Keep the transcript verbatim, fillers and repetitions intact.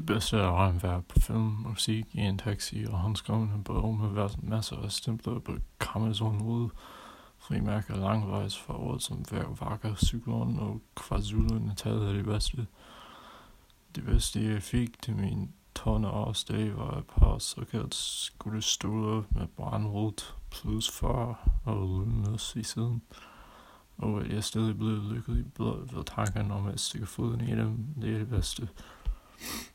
Det bedste er regnvejr på film, musik i en taxi og håndskrevne bog med masser af stempler på Kamazon-rode, frimærker langvejs fra ord som Vakker, Cyklon og KwaZulu-Natal er det bedste. Det bedste jeg fik til min tårneårsdag var et par såkaldt skuddestoler med brandrødt plus fyrre og lynløs i siden, og at jeg stadig blev lykkelig blot ved tanken om at stikke foden i dem, det er det bedste.